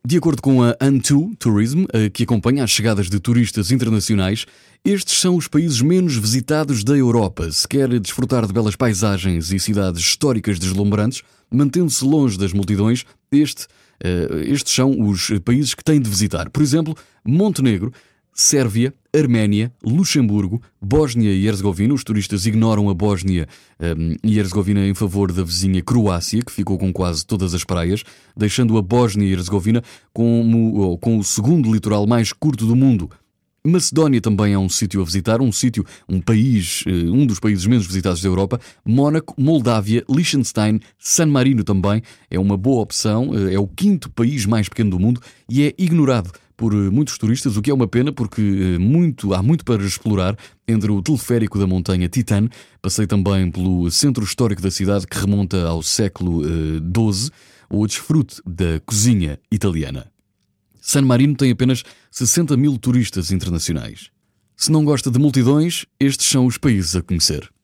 De acordo com a An2 Tourism, que acompanha as chegadas de turistas internacionais, estes são os países menos visitados da Europa. Se quer desfrutar de belas paisagens e cidades históricas deslumbrantes, mantendo-se longe das multidões, estes são os países que têm de visitar. Por exemplo, Montenegro, Sérvia, Arménia, Luxemburgo, Bósnia e Herzegovina. Os turistas ignoram a Bósnia e Herzegovina em favor da vizinha Croácia, que ficou com quase todas as praias, deixando a Bósnia e Herzegovina com o segundo litoral mais curto do mundo. Macedónia também é um sítio a visitar, um dos países menos visitados da Europa. Mónaco, Moldávia, Liechtenstein, San Marino também é uma boa opção. É o quinto país mais pequeno do mundo e é ignorado por muitos turistas, o que é uma pena porque há muito para explorar entre o teleférico da montanha Titan. Passei também pelo centro histórico da cidade que remonta ao século XII, ou desfrute da cozinha italiana. San Marino tem apenas 60 mil turistas internacionais. Se não gosta de multidões, estes são os países a conhecer.